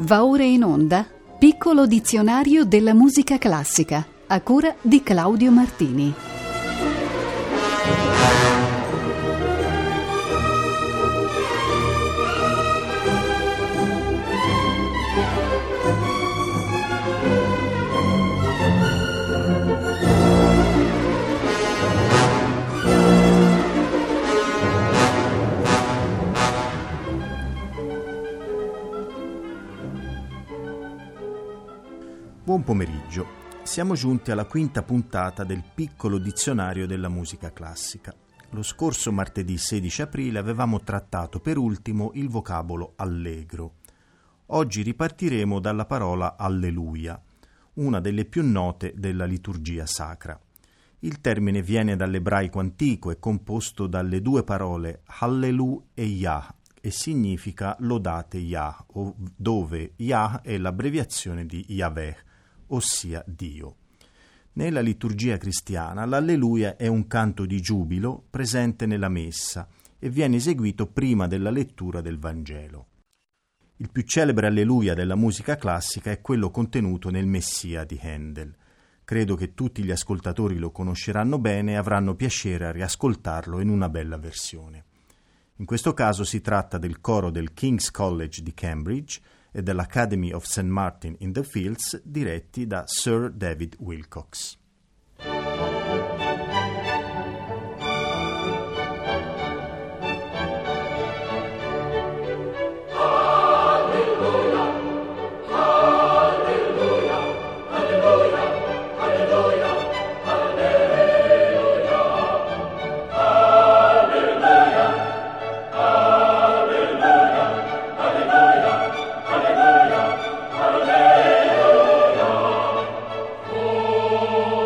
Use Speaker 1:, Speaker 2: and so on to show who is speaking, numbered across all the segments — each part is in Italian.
Speaker 1: Va ora in onda Piccolo dizionario della musica classica, a cura di Claudio Martini.
Speaker 2: Buon pomeriggio, siamo giunti alla quinta puntata del Piccolo dizionario della musica classica. Lo scorso martedì 16 aprile avevamo trattato per ultimo il vocabolo allegro. Oggi ripartiremo dalla parola alleluia, una delle più note della liturgia sacra. Il termine viene dall'ebraico antico, è composto dalle due parole Hallelu e Yah e significa lodate Yah, dove Yah è l'abbreviazione di Yahweh, ossia Dio. Nella liturgia cristiana l'alleluia è un canto di giubilo presente nella messa e viene eseguito prima della lettura del Vangelo. Il più celebre alleluia della musica classica è quello contenuto nel Messia di Handel. Credo che tutti gli ascoltatori lo conosceranno bene e avranno piacere a riascoltarlo in una bella versione. In questo caso si tratta del coro del King's College di Cambridge e dell'Academy of St. Martin in the Fields, diretti da Sir David Willcocks.
Speaker 3: Oh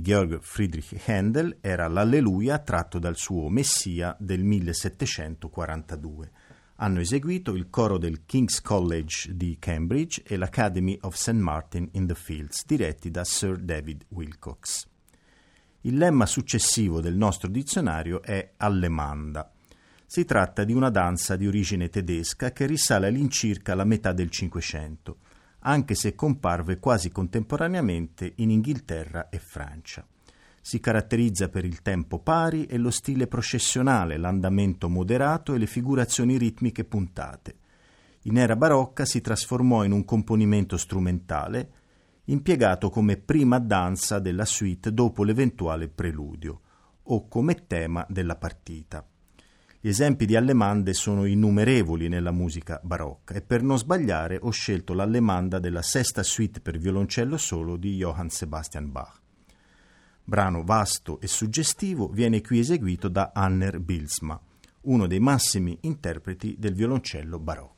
Speaker 2: Georg Friedrich Händel era l'Alleluia tratto dal suo Messia del 1742. Hanno eseguito il coro del King's College di Cambridge e l'Academy of St. Martin in the Fields, diretti da Sir David Wilcox. Il lemma successivo del nostro dizionario è allemanda. Si tratta di una danza di origine tedesca che risale all'incirca alla metà del Cinquecento, anche se comparve quasi contemporaneamente in Inghilterra e Francia. Si caratterizza per il tempo pari e lo stile processionale, l'andamento moderato e le figurazioni ritmiche puntate. In era barocca si trasformò in un componimento strumentale, impiegato come prima danza della suite dopo l'eventuale preludio, o come tema della partita. Gli esempi di allemande sono innumerevoli nella musica barocca e per non sbagliare ho scelto l'allemanda della sesta suite per violoncello solo di Johann Sebastian Bach. Brano vasto e suggestivo, viene qui eseguito da Anner Bylsma, uno dei massimi interpreti del violoncello barocco.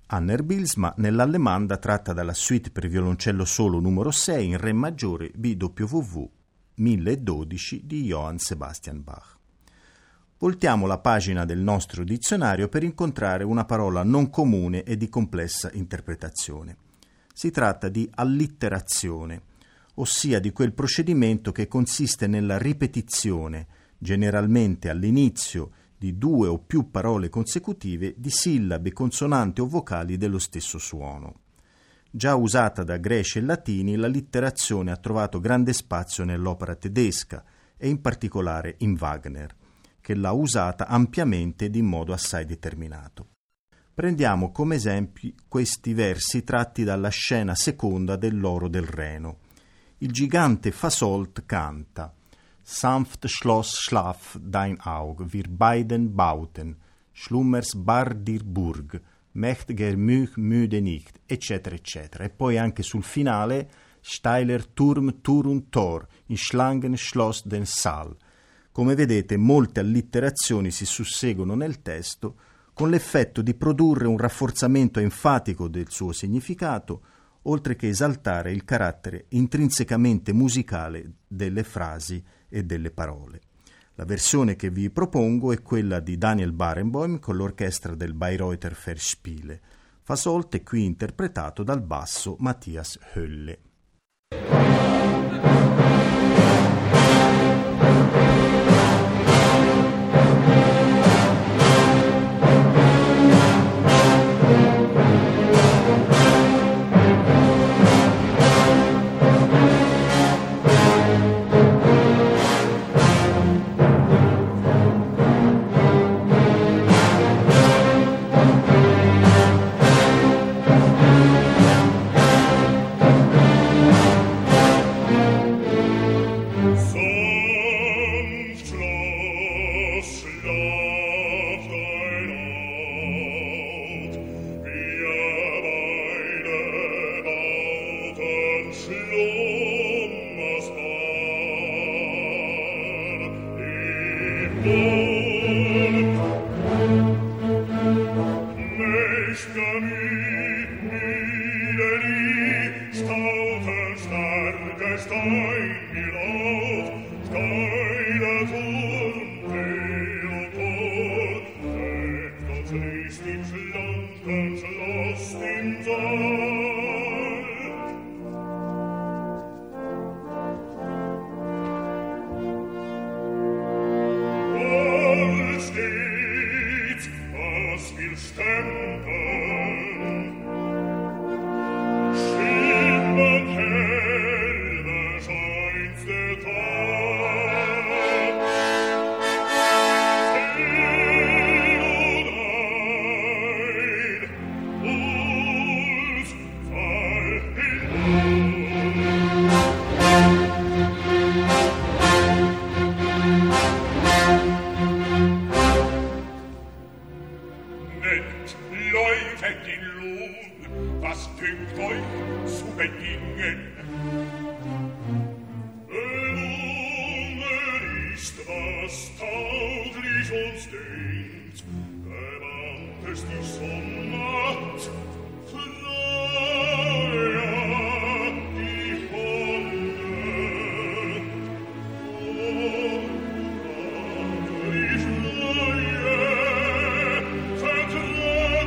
Speaker 2: Anner Bilsma nell'allemanda tratta dalla suite per violoncello solo numero 6 in re maggiore BWV 1012 di Johann Sebastian Bach. Voltiamo la pagina del nostro dizionario per incontrare una parola non comune e di complessa interpretazione. Si tratta di allitterazione, ossia di quel procedimento che consiste nella ripetizione, generalmente all'inizio di 2 o più parole consecutive, di sillabe, consonanti o vocali dello stesso suono. Già usata da greci e latini, l'allitterazione ha trovato grande spazio nell'opera tedesca e in particolare in Wagner, che l'ha usata ampiamente ed in modo assai determinato. Prendiamo come esempi questi versi tratti dalla scena seconda dell'Oro del Reno. Il gigante Fasolt canta: Sanft schloss schlaf dein Aug, wir beiden bauten, schlummers bar dir Burg, mächtiger Müch müde nicht, eccetera, eccetera. E poi anche sul finale, steiler Turm Tur und Tor, in Schlangen schloss den Saal. Come vedete, molte allitterazioni si susseguono nel testo, con l'effetto di produrre un rafforzamento enfatico del suo significato, oltre che esaltare il carattere intrinsecamente musicale delle frasi e delle parole. La versione che vi propongo è quella di Daniel Barenboim con l'orchestra del Bayreuther Festspiele. Fasolt è qui interpretato dal basso Matthias Hölle.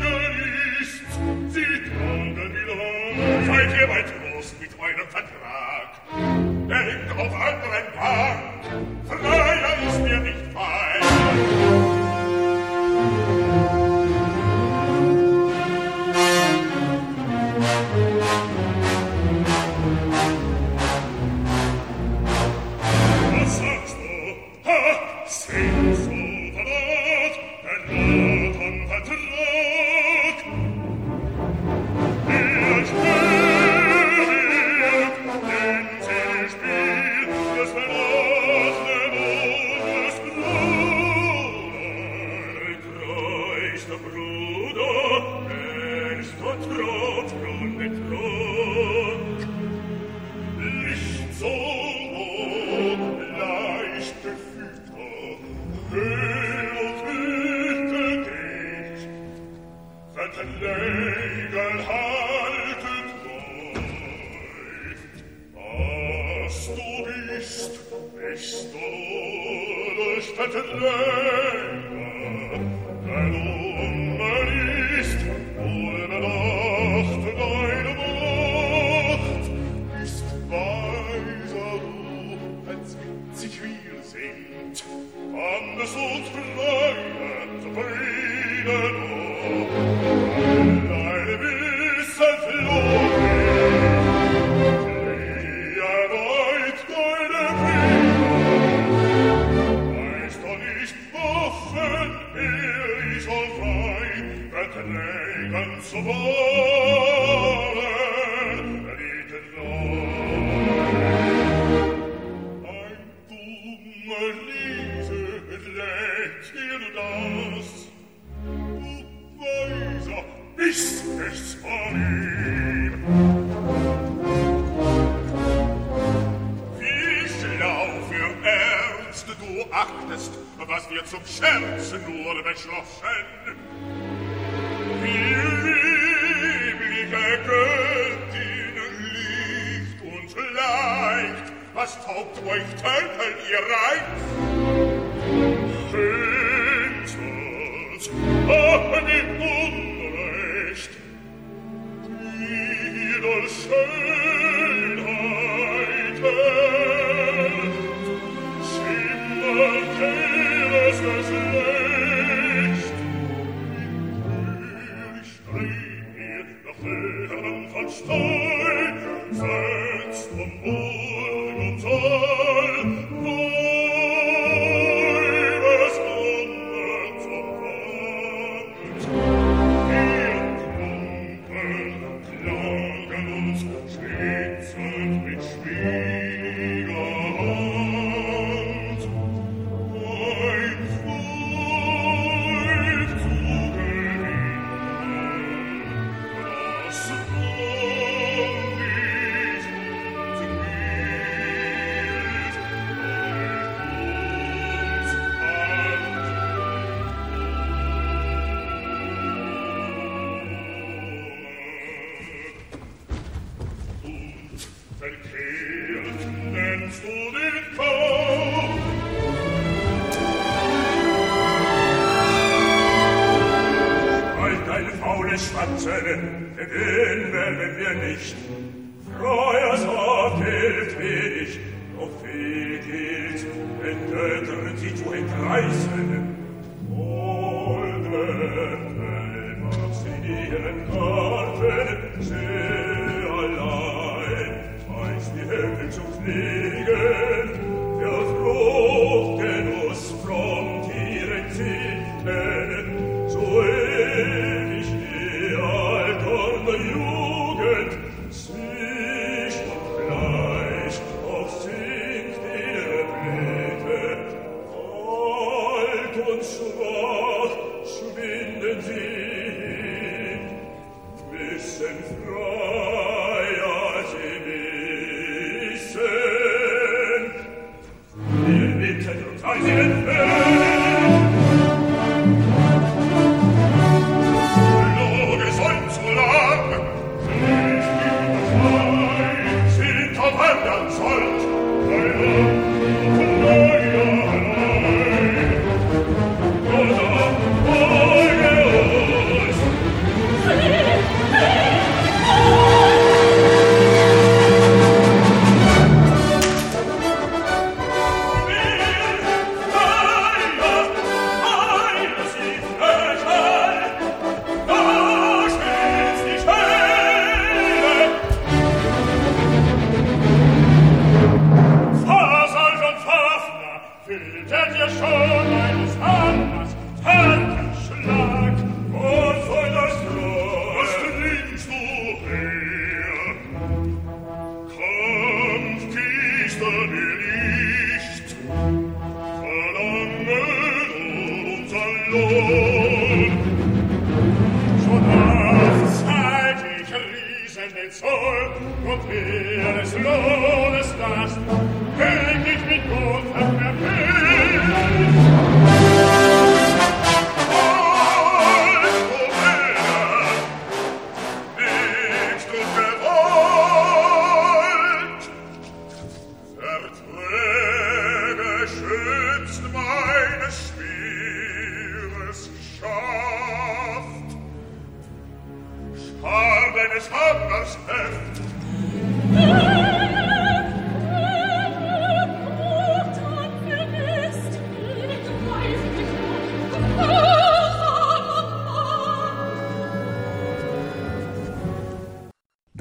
Speaker 3: Seid ihr bei Trost mit eurem Vertrag?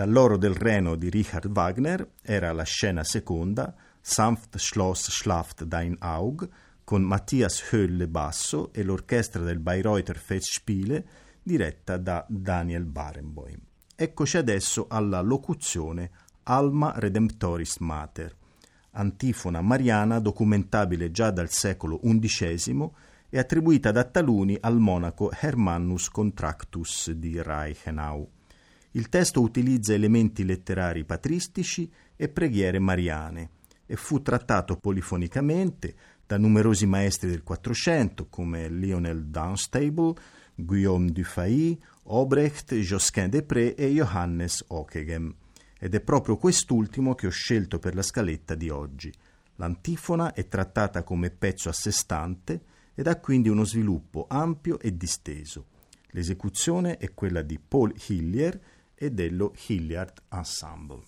Speaker 2: Dall'Oro del Reno di Richard Wagner era la scena seconda, Sanft Schloss schlaft dein Aug, con Matthias Hölle basso e l'orchestra del Bayreuther Festspiele diretta da Daniel Barenboim. Eccoci adesso alla locuzione Alma Redemptoris Mater, antifona mariana documentabile già dal secolo XI e attribuita da taluni al monaco Hermannus Contractus di Reichenau. Il testo utilizza elementi letterari patristici e preghiere mariane e fu trattato polifonicamente da numerosi maestri del Quattrocento come Lionel Dunstable, Guillaume Dufay, Obrecht, Josquin des Prés e Johannes Ockeghem. Ed è proprio quest'ultimo che ho scelto per la scaletta di oggi. L'antifona è trattata come pezzo a sé stante ed ha quindi uno sviluppo ampio e disteso. L'esecuzione è quella di Paul Hillier e dello Hilliard Ensemble.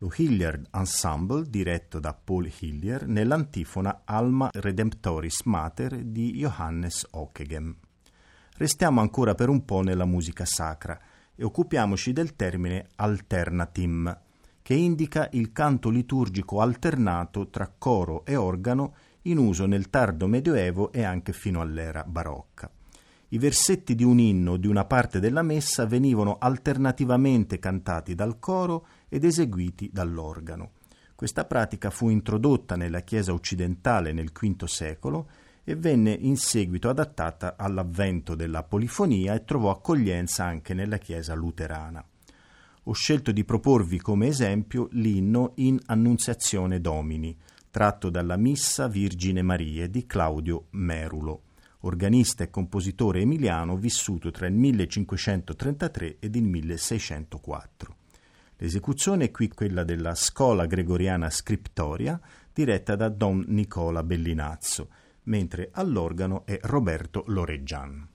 Speaker 2: lo Hilliard Ensemble, diretto da Paul Hillier, nell'antifona Alma Redemptoris Mater di Johannes Ockeghem. Restiamo ancora per un po' nella musica sacra e occupiamoci del termine alternatim, che indica il canto liturgico alternato tra coro e organo in uso nel tardo Medioevo e anche fino all'era barocca. I versetti di un inno o di una parte della messa venivano alternativamente cantati dal coro ed eseguiti dall'organo. Questa pratica fu introdotta nella Chiesa occidentale nel V secolo e venne in seguito adattata all'avvento della polifonia e trovò accoglienza anche nella Chiesa luterana. Ho scelto di proporvi come esempio l'inno In Annunziazione Domini, tratto dalla Missa Virgine Marie di Claudio Merulo, organista e compositore emiliano vissuto tra il 1533 ed il 1604. L'esecuzione è qui quella della Schola Gregoriana Scriptoria, diretta da Don Nicola Bellinazzo, mentre all'organo è Roberto Loreggian.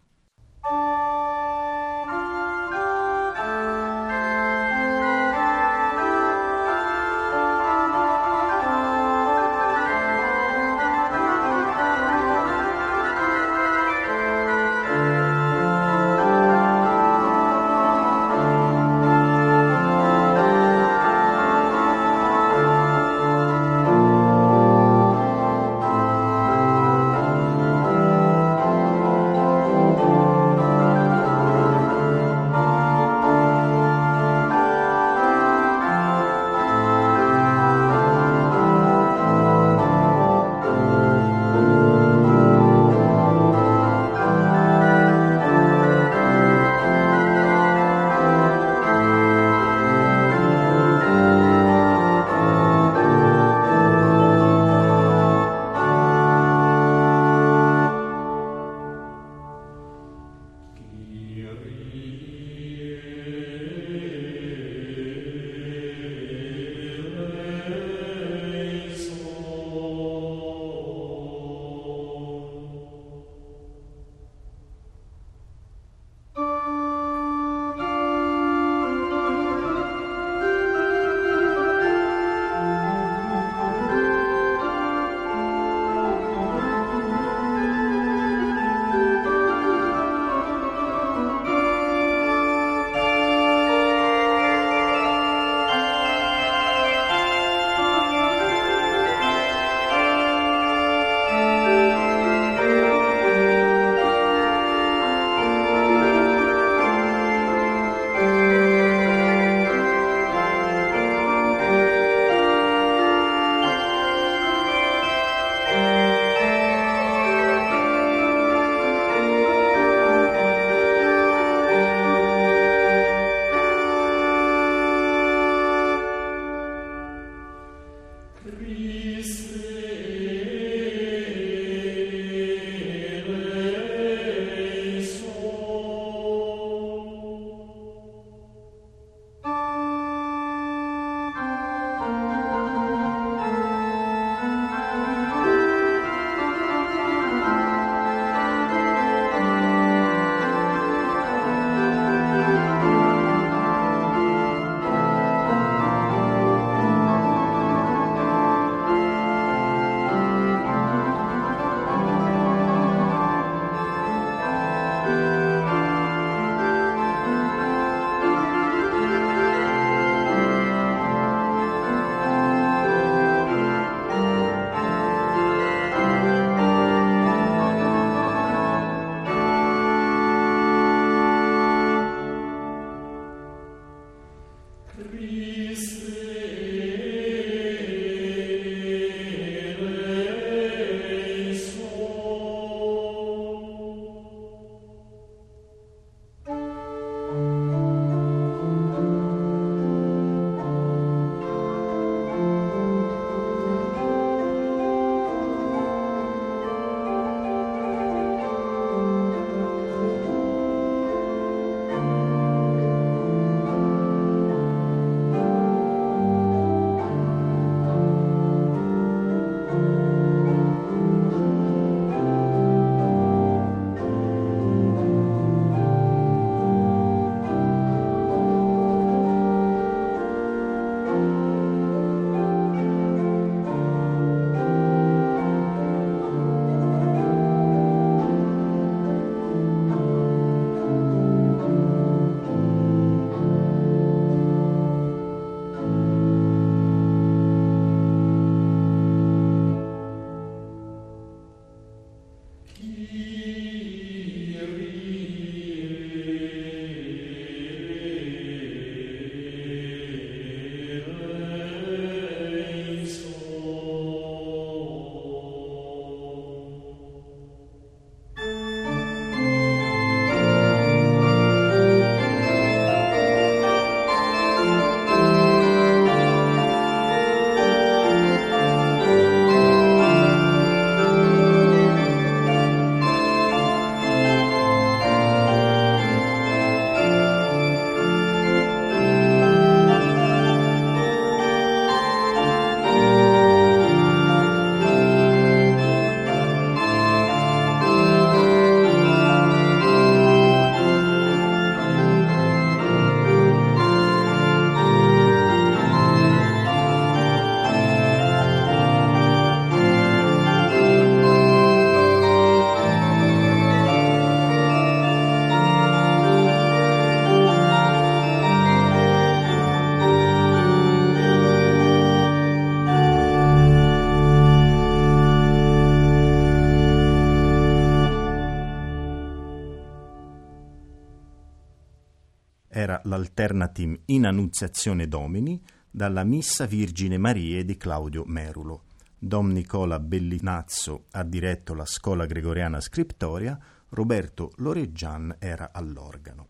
Speaker 2: Era l'alternatim in Annunziazione Domini dalla Missa Virgine Mariae di Claudio Merulo. Dom Nicola Bellinazzo ha diretto la Scola Gregoriana Scriptoria, Roberto Loreggian era all'organo.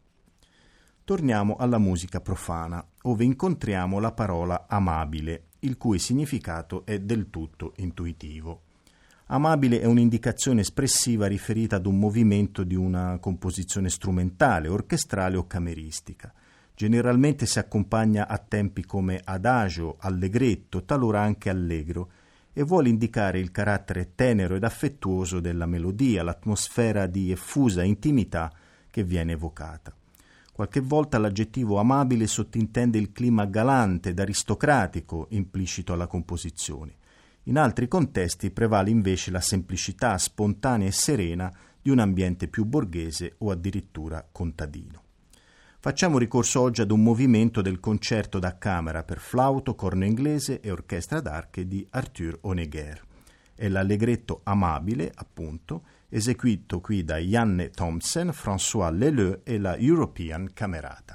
Speaker 2: Torniamo alla musica profana, ove incontriamo la parola amabile, il cui significato è del tutto intuitivo. Amabile è un'indicazione espressiva riferita ad un movimento di una composizione strumentale, orchestrale o cameristica. Generalmente si accompagna a tempi come adagio, allegretto, talora anche allegro, e vuole indicare il carattere tenero ed affettuoso della melodia, l'atmosfera di effusa intimità che viene evocata. Qualche volta l'aggettivo amabile sottintende il clima galante ed aristocratico implicito alla composizione. In altri contesti prevale invece la semplicità spontanea e serena di un ambiente più borghese o addirittura contadino. Facciamo ricorso oggi ad un movimento del concerto da camera per flauto, corno inglese e orchestra d'arche di Arthur Honegger. È l'allegretto amabile, appunto, eseguito qui da Janne Thomsen, François Leleu e la European Camerata.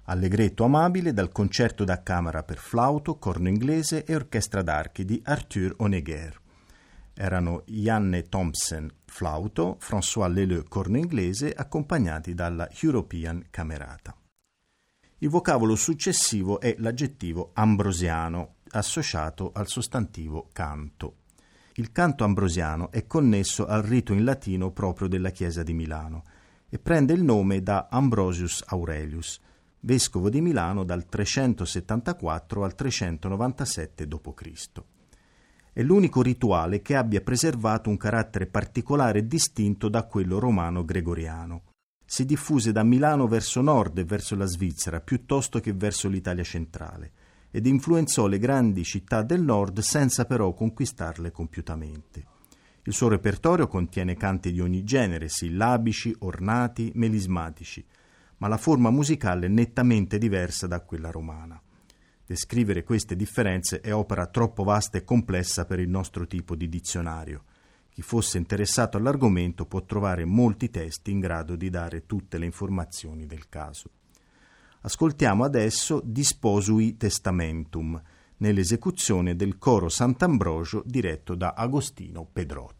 Speaker 2: Allegretto amabile dal concerto da camera per flauto, corno inglese e orchestra d'archi di Arthur Honegger. Erano Janne Thompson, flauto, François Leleu, corno inglese, accompagnati dalla European Camerata. Il vocabolo successivo è l'aggettivo ambrosiano, associato al sostantivo canto. Il canto ambrosiano è connesso al rito in latino proprio della Chiesa di Milano e prende il nome da Ambrosius Aurelius, vescovo di Milano dal 374 al 397 d.C. È l'unico rituale che abbia preservato un carattere particolare e distinto da quello romano-gregoriano. Si diffuse da Milano verso nord e verso la Svizzera piuttosto che verso l'Italia centrale ed influenzò le grandi città del nord senza però conquistarle compiutamente. Il suo repertorio contiene canti di ogni genere, sillabici, ornati, melismatici, ma la forma musicale è nettamente diversa da quella romana. Descrivere queste differenze è opera troppo vasta e complessa per il nostro tipo di dizionario. Chi fosse interessato all'argomento può trovare molti testi in grado di dare tutte le informazioni del caso. Ascoltiamo adesso Disposui Testamentum, nell'esecuzione del coro Sant'Ambrogio diretto da Agostino Pedrotti.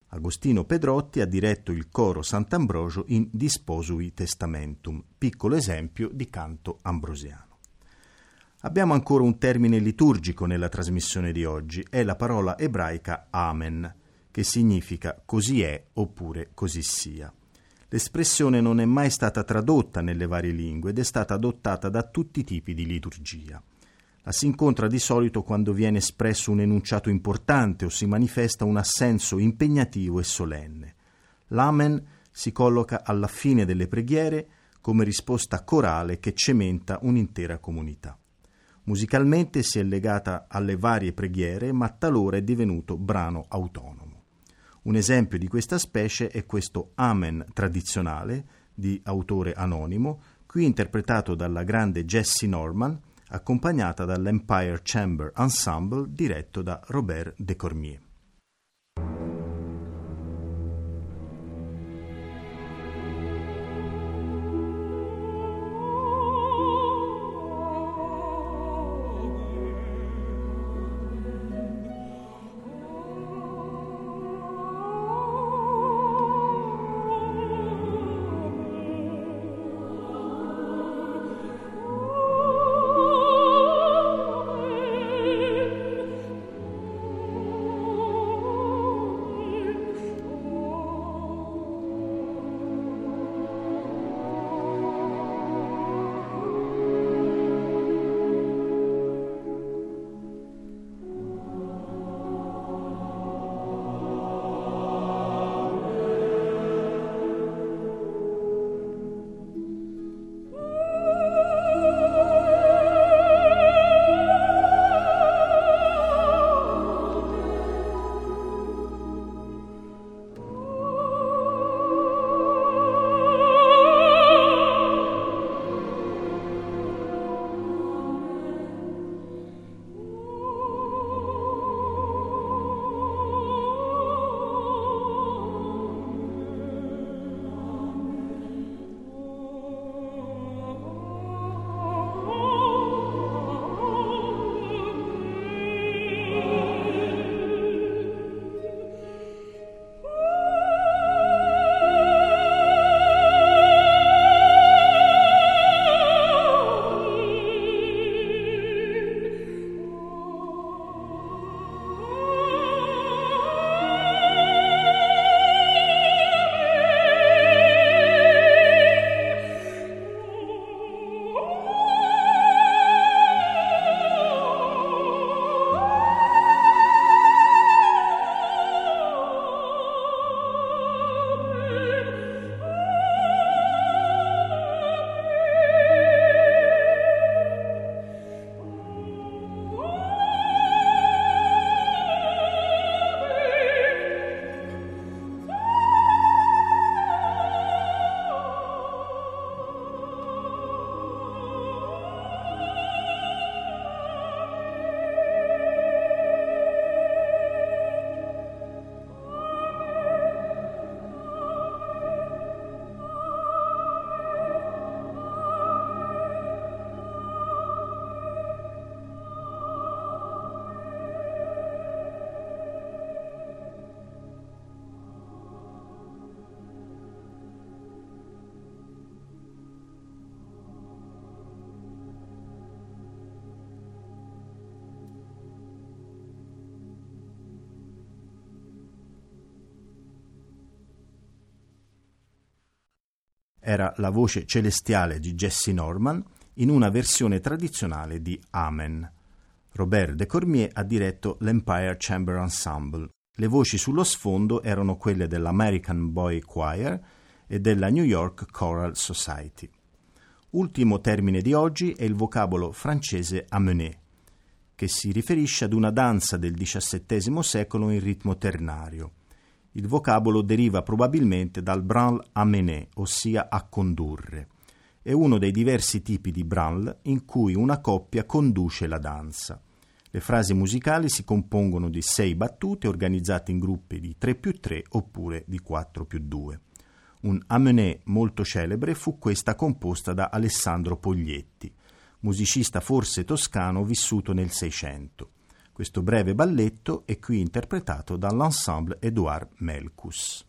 Speaker 2: Agostino Pedrotti ha diretto il coro Sant'Ambrogio in Disposui Testamentum, piccolo esempio di canto ambrosiano. Abbiamo ancora un termine liturgico nella trasmissione di oggi, è la parola ebraica Amen, che significa così è oppure così sia. L'espressione non è mai stata tradotta nelle varie lingue ed è stata adottata da tutti i tipi di liturgia. La si incontra di solito quando viene espresso un enunciato importante o si manifesta un assenso impegnativo e solenne. L'Amen si colloca alla fine delle preghiere come risposta corale che cementa un'intera comunità. Musicalmente si è legata alle varie preghiere, ma talora è divenuto brano autonomo. Un esempio di questa specie è questo Amen tradizionale di autore anonimo, qui interpretato dalla grande Jessie Norman, accompagnata dall'Empire Chamber Ensemble diretto da Robert de Cormier. Era la voce celestiale di Jessie Norman in una versione tradizionale di Amen. Robert de Cormier ha diretto l'Empire Chamber Ensemble. Le voci sullo sfondo erano quelle dell'American Boy Choir e della New York Choral Society. Ultimo termine di oggi è il vocabolo francese amener, che si riferisce ad una danza del XVII secolo in ritmo ternario. Il vocabolo deriva probabilmente dal branle amener, ossia a condurre. È uno dei diversi tipi di branle in cui una coppia conduce la danza. Le frasi musicali si compongono di 6 battute organizzate in gruppi di 3+3 oppure di 4+2. Un amener molto celebre fu questa composta da Alessandro Poglietti, musicista forse toscano vissuto nel Seicento. Questo breve balletto è qui interpretato dall'ensemble Édouard Melkus.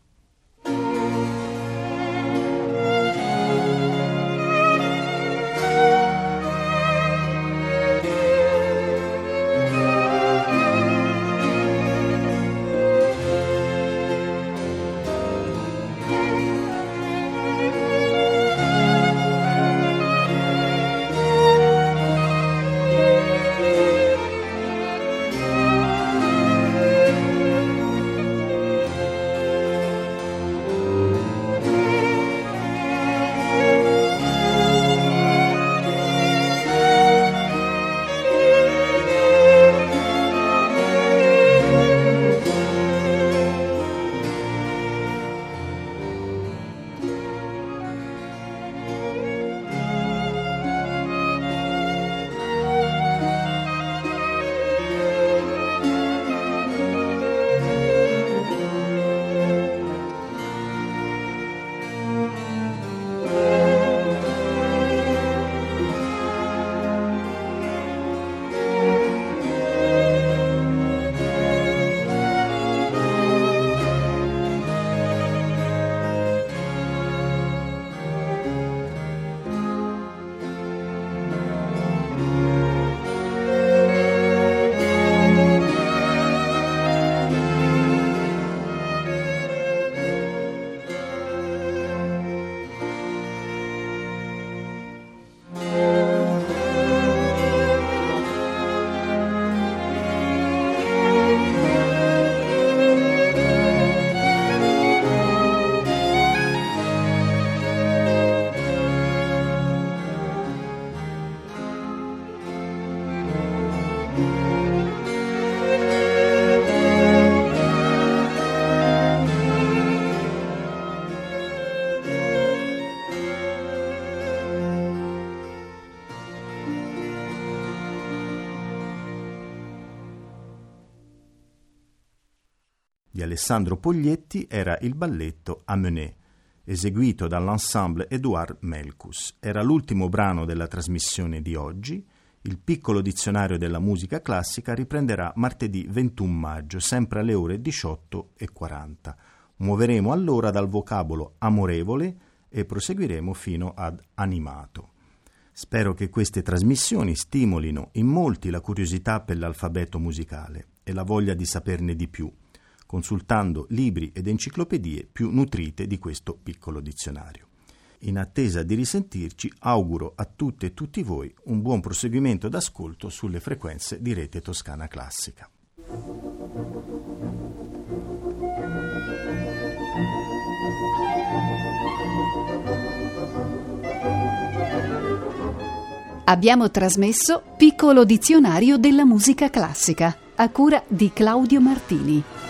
Speaker 2: Di Alessandro Poglietti era il balletto Amené, eseguito dall'ensemble Édouard Melkus. Era l'ultimo brano della trasmissione di oggi. Il piccolo dizionario della musica classica riprenderà martedì 21 maggio, sempre alle ore 18:40. Muoveremo allora dal vocabolo amorevole e proseguiremo fino ad animato. Spero che queste trasmissioni stimolino in molti la curiosità per l'alfabeto musicale e la voglia di saperne di più, consultando libri ed enciclopedie più nutrite di questo piccolo dizionario. In attesa di risentirci, auguro a tutte e tutti voi un buon proseguimento d'ascolto sulle frequenze di Rete Toscana Classica.
Speaker 1: Abbiamo trasmesso Piccolo dizionario della musica classica, a cura di Claudio Martini.